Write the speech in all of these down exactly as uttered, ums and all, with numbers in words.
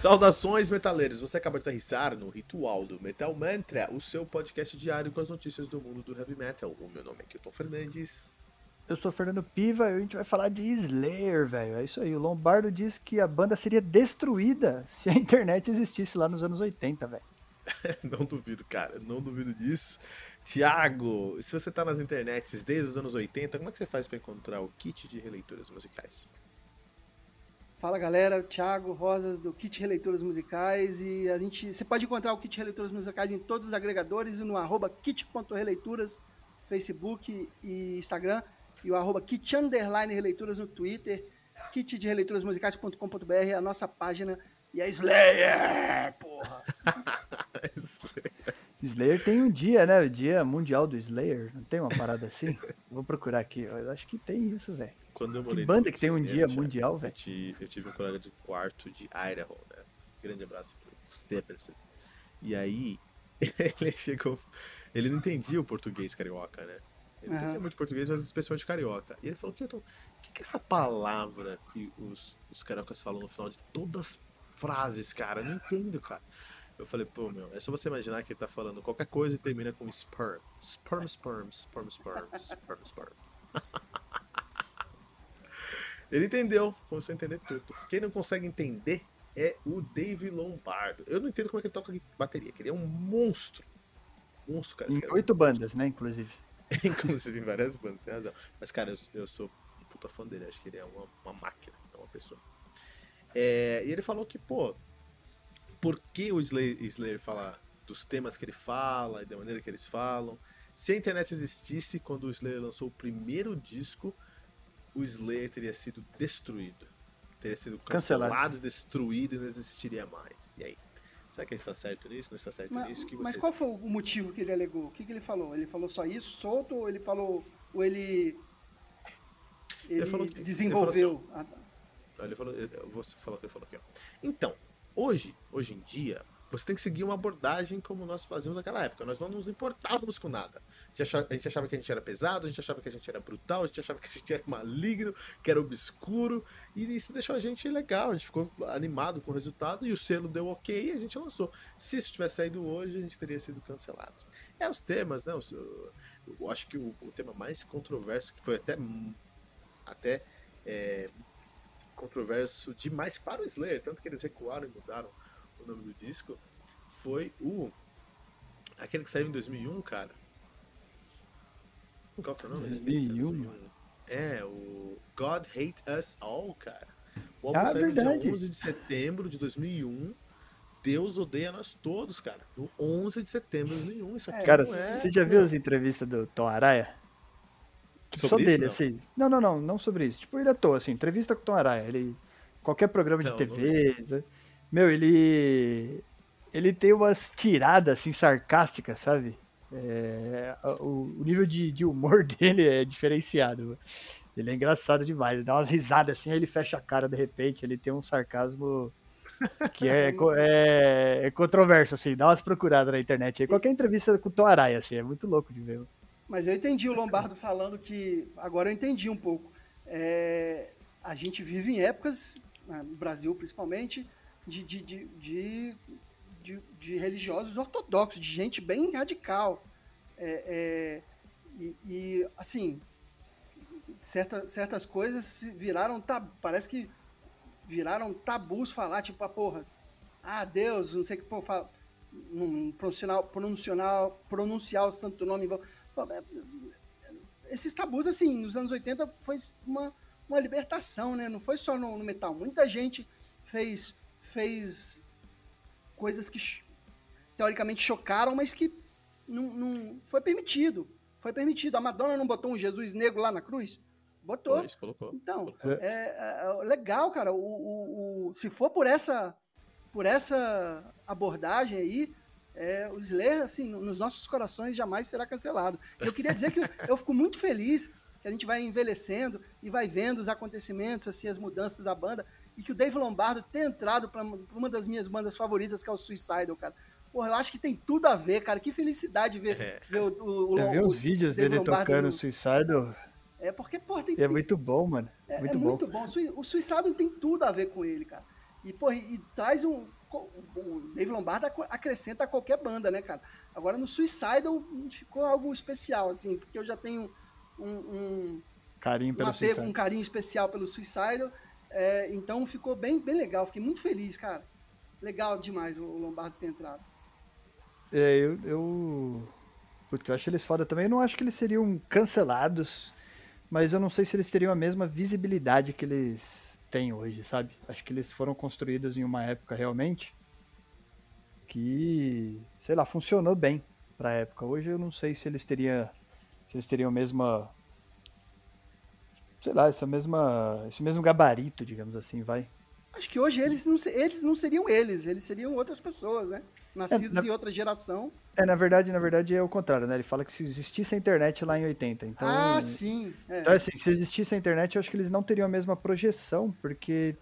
Saudações, metaleiros! Você acaba de aterrissar no Ritual do Metal Mantra, o seu podcast diário com as notícias do mundo do heavy metal. O meu nome é Kilton Fernandes. Eu sou Fernando Piva e a gente vai falar de Slayer, velho. É isso aí. O Lombardo disse que a banda seria destruída se a internet existisse lá nos anos oitenta, velho. Não duvido, cara. Não duvido disso. Tiago, se você tá nas internets desde os anos oitenta, como é que você faz pra encontrar o kit de releituras musicais? Fala galera, o Thiago Rosas do Kit Releituras Musicais e a gente, você pode encontrar o Kit Releituras Musicais em todos os agregadores e no arroba kit.releituras, Facebook e Instagram e o arroba kit underline releituras no Twitter, kit de releituras musicais ponto com ponto b r é a nossa página e a Slayer, porra! Slayer tem um dia, né? O dia mundial do Slayer. Não tem uma parada assim? Vou procurar aqui. Eu acho que tem isso, velho. Quando eu Que morei banda no que tem um Rio de dia Janeiro, mundial, eu, velho? ti- eu tive um colega de quarto de Idaho, né? Grande abraço pro Stephenson. E aí, ele chegou. Ele não entendia o português carioca, né? Ele não entendia Aham. muito português, mas especialmente carioca. E ele falou: Kilton, o que, que é essa palavra que os, os cariocas falam no final de todas as frases, cara? Eu não entendo, cara. Eu falei, pô, meu, é só você imaginar que ele tá falando qualquer coisa e termina com sperm. Sperm, sperm, sperm, sperm, sperm, sperm. Ele entendeu, começou a entender tudo. Quem não consegue entender é o Dave Lombardo. Eu não entendo como é que ele toca bateria, que ele é um monstro. Monstro, cara. Esse Em cara é um oito monstro. bandas, né? Inclusive. Inclusive em várias bandas, tem razão. Mas, cara, eu, eu sou um puta fã dele. Acho que ele é uma, uma máquina, é uma pessoa. É, e ele falou que, pô, por que o Slayer, Slayer fala dos temas que ele fala e da maneira que eles falam? Se a internet existisse quando o Slayer lançou o primeiro disco, o Slayer teria sido destruído. Teria sido cancelado, Cancelado. destruído e não existiria mais. E aí? Será que ele está certo nisso? Não está certo Mas, nisso? O que mas vocês qual acham? foi o motivo que ele alegou? O que, que ele falou? Ele falou só isso, solto, ou ele falou, ou ele, Ele ele falou que. Ele falou assim, ó, desenvolveu? Ah, tá. ele falou, eu vou falar o que ele falou aqui, ó. Então, hoje, hoje em dia, você tem que seguir uma abordagem como nós fazíamos naquela época. Nós não nos importávamos com nada. A gente, achava, a gente achava que a gente era pesado, a gente achava que a gente era brutal, a gente achava que a gente era maligno, que era obscuro. E isso deixou a gente legal, a gente ficou animado com o resultado e o selo deu ok e a gente lançou. Se isso tivesse saído hoje, a gente teria sido cancelado. É, os temas, né? Os- Eu, eu acho que o, o tema mais controverso, que foi até, até é, controverso demais para o Slayer, tanto que eles recuaram e mudaram o nome do disco, foi o. Aquele que saiu em dois mil e um, cara. Qual que é o nome daquele que saiu em dois mil e um? dois mil e um? É, o God Hate Us All, cara. O álbum Ah, saiu no dia verdade. onze de setembro de dois mil e um. Deus odeia nós todos, cara. No onze de setembro de dois mil e um. Isso aqui É, Cara, não é. você já viu Meu, as entrevistas do Tom Araya? Tipo, só sobre isso, dele, não. assim. Não, não, não, não sobre isso. Tipo, ele à toa, assim, entrevista com o Tom Araya. Ele. Qualquer programa de Não, não vi. T V. né? Meu, ele. Ele tem umas tiradas, assim, sarcásticas, sabe? É, o, o nível de, de humor dele é diferenciado. Mano. Ele é engraçado demais. Ele dá umas risadas assim, aí ele fecha a cara de repente. Ele tem um sarcasmo que é, co- é, é, é controverso, assim. Dá umas procuradas na internet aí. e- Qualquer entrevista com o Tom Araya, assim, é muito louco de ver. mas eu entendi o Lombardo falando que. Agora eu entendi um pouco. É, a gente vive em épocas, né, no Brasil principalmente, de, de, de, de, de- de religiosos ortodoxos, de gente bem radical. É, é, e, e, assim, certa, certas coisas se viraram. tab- Parece que viraram tabus falar, tipo, a porra, ah, Deus, não sei o que, pô, fala, não pronunciar, pronunciar, pronunciar o santo nome. Pô, é, esses tabus, assim, nos anos oitenta foi uma, uma libertação, né? Não foi só no, no metal. Muita gente fez, fez coisas que teoricamente chocaram, mas que não, não foi permitido. Foi permitido. A Madonna não botou um Jesus negro lá na cruz? Foi Botou. isso, colocou. Então, colocou. É, é, é legal, cara. O, o, o, se for por essa, por essa abordagem aí, é, o Slayer, assim, nos nossos corações jamais será cancelado. Eu queria dizer que eu, eu fico muito feliz que a gente vai envelhecendo e vai vendo os acontecimentos, assim, as mudanças da banda, e que o Dave Lombardo tenha entrado para uma das minhas bandas favoritas, que é o Suicidal, cara. Porra, eu acho que tem tudo a ver, cara. Que felicidade ver, É. ver o, o, eu vi o, uns o vídeos Dave dele Lombardo tocando no... Suicidal É porque, porra, tem, e é tem muito bom, mano. é, é Muito bom. muito bom. O Suicidal tem tudo a ver com ele, cara. E, pô, e, e traz um... O Dave Lombardo acrescenta a qualquer banda, né, cara? Agora no Suicidal ficou algo especial, assim, porque eu já tenho um, um, carinho um pelo apego, Suicidal. um carinho especial pelo Suicidal. É, então ficou bem, bem legal, fiquei muito feliz, cara. Legal demais o Lombardo ter entrado. É, eu, eu, putz, eu acho eles foda também. Eu não acho que eles seriam cancelados, mas eu não sei se eles teriam a mesma visibilidade que eles têm hoje, sabe? Acho que eles foram construídos em uma época realmente que, sei lá, funcionou bem pra época. Hoje eu não sei se eles teriam, se eles teriam a mesma, sei lá, essa mesma, esse mesmo gabarito, digamos assim, vai. Acho que hoje eles não, eles não seriam eles, eles seriam outras pessoas, né? É, Nascidos na, em outra geração. é, na verdade, na verdade é o contrário, né? Ele fala que se existisse a internet lá em oitenta, Ah, então, sim. então É. assim, se existisse a internet, eu acho que eles não teriam a mesma projeção, porque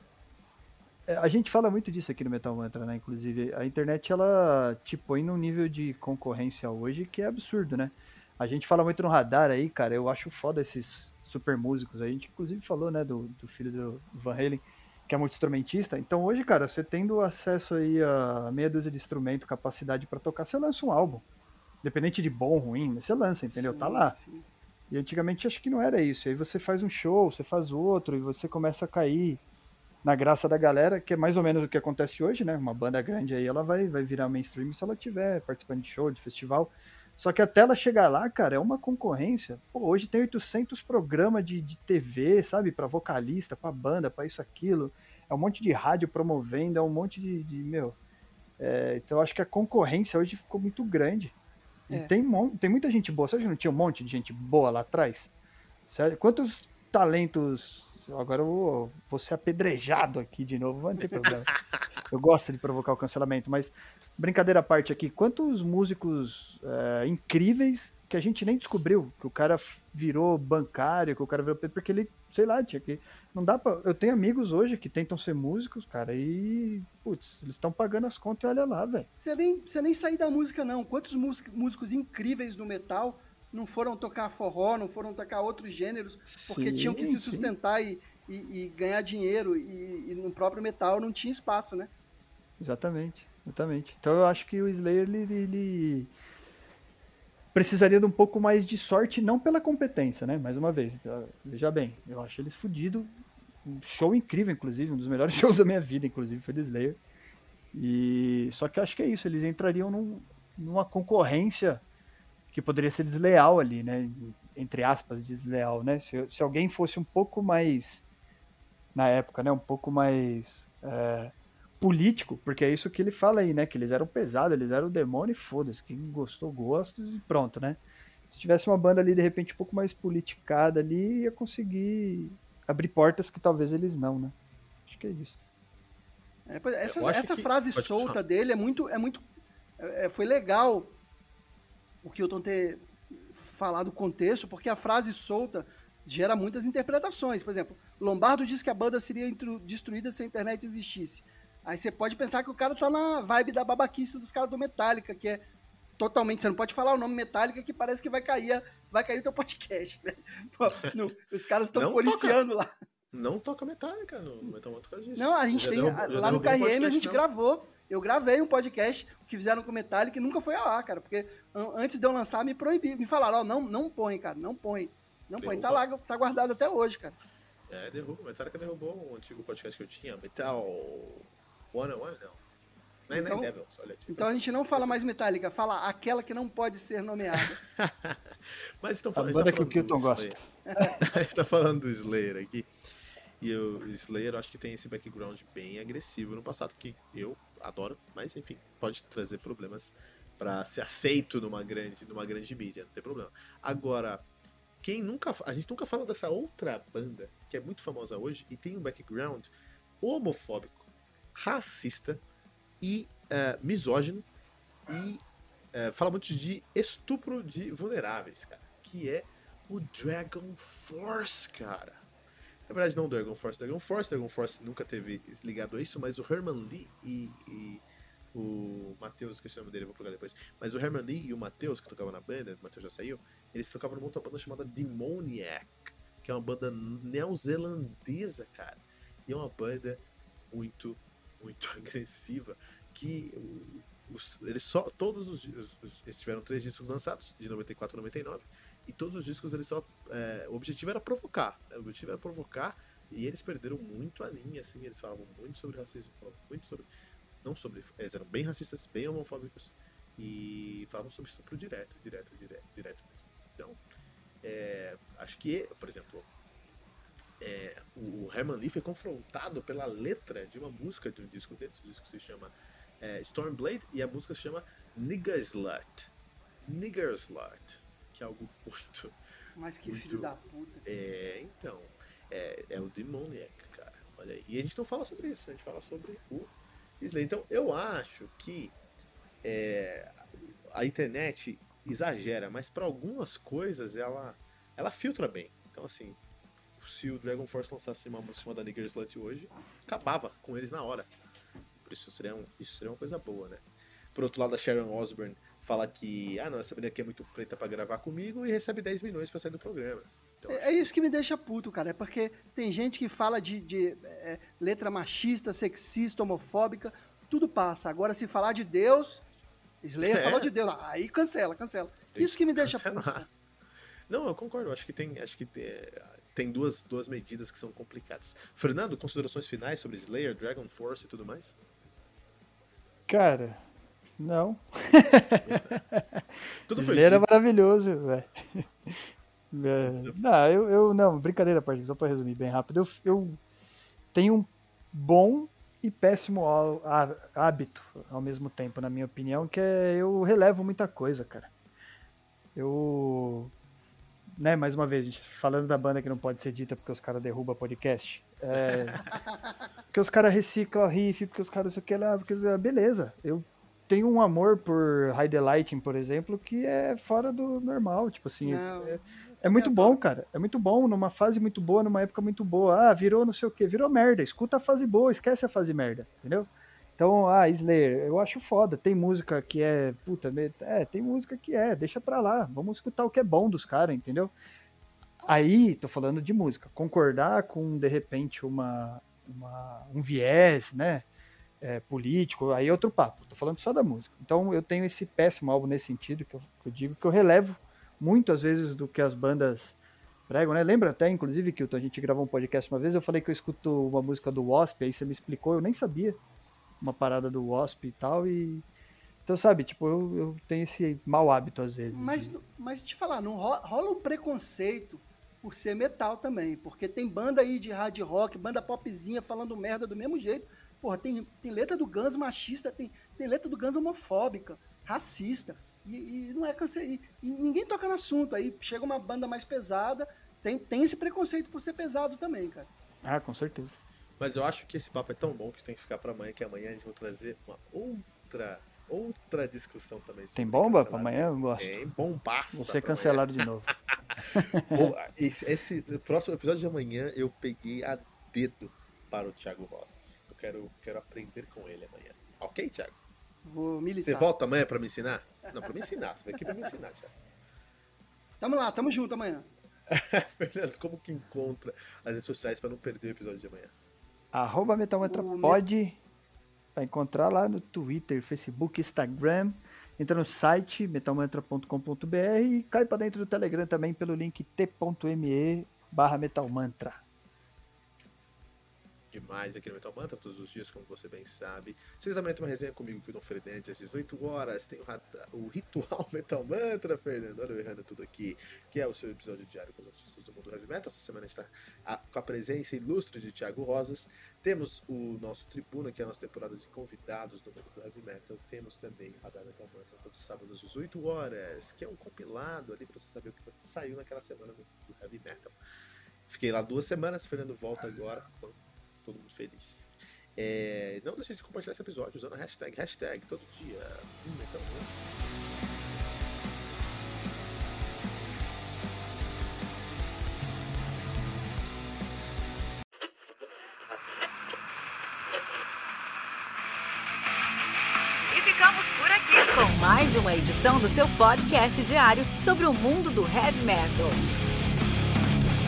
é, a gente fala muito disso aqui no Metal Mantra, né? Inclusive, a internet ela te põe num nível de concorrência hoje que é absurdo, né? A gente fala muito no radar aí, cara. Eu acho foda esses super músicos aí. A gente inclusive falou, né, do, do filho do Van Halen, que é muito instrumentista. Então hoje, cara, você tendo acesso aí a meia dúzia de instrumento, capacidade pra tocar, você lança um álbum. Independente de bom ou ruim, você lança, entendeu? Tá Sim, lá. sim. E antigamente acho que não era isso. E aí você faz um show, você faz outro, e você começa a cair na graça da galera, que é mais ou menos o que acontece hoje, né? Uma banda grande aí, ela vai, vai virar mainstream se ela tiver participando de show, de festival. Só que até ela chegar lá, cara, é uma concorrência. Pô, hoje tem oitocentos programas de, de T V, sabe? Pra vocalista, pra banda, pra isso, aquilo. É um monte de rádio promovendo, é um monte de, de meu... É, então eu acho que a concorrência hoje ficou muito grande. E É. tem, tem muita gente boa. Sabe que não tinha um monte de gente boa lá atrás? Sério? Quantos talentos... Agora eu vou, vou ser apedrejado aqui de novo, mas não tem problema. Eu gosto de provocar o cancelamento, mas brincadeira à parte aqui, quantos músicos é, incríveis que a gente nem descobriu, que o cara virou bancário, que o cara virou... Porque ele, sei lá, tinha que... Não dá pra... Eu tenho amigos hoje que tentam ser músicos, cara, e... Putz, eles estão pagando as contas e olha lá, velho. Você nem, você nem sair da música, não. Quantos música, músicos incríveis no metal não foram tocar forró, não foram tocar outros gêneros, porque tinham que Sim, se sim. sustentar e, e, e ganhar dinheiro, e, e no próprio metal não tinha espaço, né? Exatamente, exatamente. Então eu acho que o Slayer, ele, ele precisaria de um pouco mais de sorte, não pela competência, né? Mais uma vez, veja bem, eu acho eles fodidos. Um show incrível, inclusive, um dos melhores shows da minha vida, inclusive, foi do Slayer. E só que eu acho que é isso, eles entrariam num, numa concorrência que poderia ser desleal ali, né? Entre aspas, desleal, né? Se, se alguém fosse um pouco mais, na época, né? Um pouco mais é, político, porque é isso que ele fala aí, né? Que eles eram pesados, eles eram o demônio e foda-se. Quem gostou, gosta e pronto, né? Se tivesse uma banda ali, de repente, um pouco mais politicada ali, ia conseguir abrir portas que talvez eles não, né? Acho que é isso. É, essa essa que... frase solta dele é muito. É muito é, foi legal o Kilton ter falado o contexto, porque a frase solta gera muitas interpretações. Por exemplo, Lombardo diz que a banda seria destruída se a internet existisse. Aí você pode pensar que o cara tá na vibe da babaquice dos caras do Metallica, que é totalmente... Você não pode falar o nome Metallica, que parece que vai cair, vai cair o teu podcast. Né? Pô, no, os caras estão policiando toca, lá. Não toca Metallica no Metal Mantra por causa disso. Não, a gente já tem... derrubou, lá no K R M a gente não. gravou... Eu gravei um podcast que fizeram com Metallica e nunca foi ao ar, cara. Porque antes de eu lançar, me proibi. Me falaram, ó, oh, não, não põe, cara, não põe. Não põe. Tá lá, tá guardado até hoje, cara. É, derruba. Metallica derrubou um antigo podcast que eu tinha. Metal cento e um, não. Não é então, Devils, olha. Tipo, então a gente não fala mais Metallica, fala aquela que não pode ser nomeada. Mas estão falando... A banda que o Kilton gosta. A gente tá falando do Slayer aqui. E o Slayer, eu acho que tem esse background bem agressivo no passado, que eu adoro, mas enfim, pode trazer problemas para ser aceito numa grande, numa grande mídia, não tem problema. Agora, quem nunca, a gente nunca fala dessa outra banda, que é muito famosa hoje, e tem um background homofóbico, racista e uh, misógino, e uh, fala muito de estupro de vulneráveis, cara, que é o Dragon Force, cara. Na verdade, não o Dragon Force, Dragon Force, Dragon Force nunca teve ligado a isso, mas o Herman Lee e, e o Matheus, esqueci o nome dele, vou colocar depois, mas o Herman Lee e o Matheus, que tocavam na banda, o Matheus já saiu, eles tocavam numa outra banda chamada Demoniac, que é uma banda neozelandesa, cara, e é uma banda muito muito agressiva, que os, eles só, todos os, os, eles tiveram três discos lançados, de noventa e quatro a noventa e nove, e todos os discos, eles só, é, o objetivo era provocar, né? O objetivo era provocar, e eles perderam muito a linha, assim, eles falavam muito sobre racismo, falavam muito sobre, não sobre, eles eram bem racistas, bem homofóbicos, e falavam sobre estupro direto, direto, direto, direto mesmo. Então, é, acho que, por exemplo, é, o Herman Lee foi confrontado pela letra de uma música de um disco dele, o disco se chama é, Stormblade, e a música se chama Nigger Slut. Nigger Slut, que é algo muito... Mas que muito, filho da puta. É, então, é, é o Demoniac, cara, olha aí. E a gente não fala sobre isso, a gente fala sobre o Slayer. Então, eu acho que é, a internet exagera, mas para algumas coisas ela, ela filtra bem. Então, assim, se o Dragon Force lançasse uma música chamada Nigger Slut hoje, acabava com eles na hora. Por isso seria, um, isso seria uma coisa boa, né? Por outro lado, a Sharon Osbourne fala que, ah, não, essa menina aqui é muito preta pra gravar comigo, e recebe dez milhões pra sair do programa. Então, é, é isso que me deixa puto, cara. É porque tem gente que fala de, de é, letra machista, sexista, homofóbica, tudo passa. Agora, se falar de Deus, Slayer é. falou de Deus, aí cancela, cancela. Tem isso que me deixa puto. Cara. Não, eu concordo. Acho que tem, acho que tem, tem duas, duas medidas que são complicadas. Fernando, considerações finais sobre Slayer, Dragon Force e tudo mais? Cara, não. Tudo foi Slayer é maravilhoso, velho. É, não, eu, eu não, brincadeira à parte, só pra resumir bem rápido, eu, eu tenho um bom e péssimo hábito ao mesmo tempo, na minha opinião, que é eu relevo muita coisa, cara. Eu, né, mais uma vez, falando da banda que não pode ser dita porque os caras derrubam podcast, é, porque os caras reciclam riff, porque os caras não sei o que lá, porque, beleza, eu tenho um amor por Hide the Lighting, por exemplo, que é fora do normal, tipo assim, não, é, é muito bom, cara, é muito bom, numa fase muito boa, numa época muito boa, ah, virou não sei o que, virou merda, escuta a fase boa, esquece a fase merda, entendeu? Então, ah, Slayer, eu acho foda, tem música que é, puta, é, tem música que é, deixa pra lá, vamos escutar o que é bom dos caras, entendeu? Aí, tô falando de música, concordar com, de repente, uma, uma um viés, né, É, político, aí é outro papo, tô falando só da música. Então eu tenho esse péssimo álbum nesse sentido, que eu, que eu digo que eu relevo muito às vezes do que as bandas pregam, né? Lembra até, inclusive, que a gente gravou um podcast uma vez, eu falei que eu escuto uma música do Wasp, aí você me explicou, eu nem sabia uma parada do Wasp e tal, e então, sabe, tipo, eu, eu tenho esse mau hábito às vezes. Mas, de... mas te falar, não rola, rola um preconceito por ser metal também, porque tem banda aí de hard rock, banda popzinha falando merda do mesmo jeito. Porra, tem, tem letra do Guns machista, tem, tem letra do Guns homofóbica, racista, e, e não é câncer, e, e ninguém toca no assunto. Aí chega uma banda mais pesada, tem, tem esse preconceito por ser pesado também, cara. Ah, com certeza. Mas eu acho que esse papo é tão bom que tem que ficar pra amanhã, que amanhã a gente vai trazer uma outra, outra discussão também. Tem bomba pra amanhã? Eu gosto. Tem bombaça. Vou ser cancelado de novo. Bom, esse, esse próximo episódio de amanhã eu peguei a dedo para o Thiago Rosas. Eu quero, quero aprender com ele amanhã. Ok, Thiago? Vou militar. Você volta amanhã pra me ensinar? Não, pra me ensinar. Você vem aqui pra me ensinar, Thiago. Tamo lá, tamo junto amanhã. Fernando, como que encontra as redes sociais para não perder o episódio de amanhã? Arroba Metalmantra pode. Vai encontrar lá no Twitter, Facebook, Instagram. Entra no site metalmantra ponto com ponto b r e cai pra dentro do Telegram também pelo link t.me barra metalmantra. Demais aqui no Metal Mantra, todos os dias, como você bem sabe. Vocês também têm uma resenha comigo que o Dom Fernandes às dezoito horas. Tem o, o Ritual Metal Mantra, Fernando. Olha eu errando tudo aqui, que é o seu episódio diário com as notícias do mundo heavy metal. Essa semana está a, com a presença ilustre de Thiago Rosas. Temos o nosso Tribuna, que é a nossa temporada de convidados do mundo do heavy metal. Temos também a da Metal Mantra, todos os sábados às dezoito horas, que é um compilado ali para você saber o que saiu naquela semana do, do heavy metal. Fiquei lá duas semanas, Fernando volta agora. Então, todo mundo feliz. É, não deixe de compartilhar esse episódio usando a hashtag, hashtag todo dia. Hum, então, hum. E ficamos por aqui com mais uma edição do seu podcast diário sobre o mundo do heavy metal.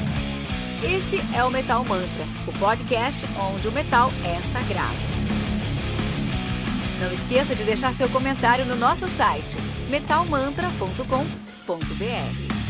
Esse é o Metal Mantra, o podcast onde o metal é sagrado. Não esqueça de deixar seu comentário no nosso site metal mantra ponto com ponto b r.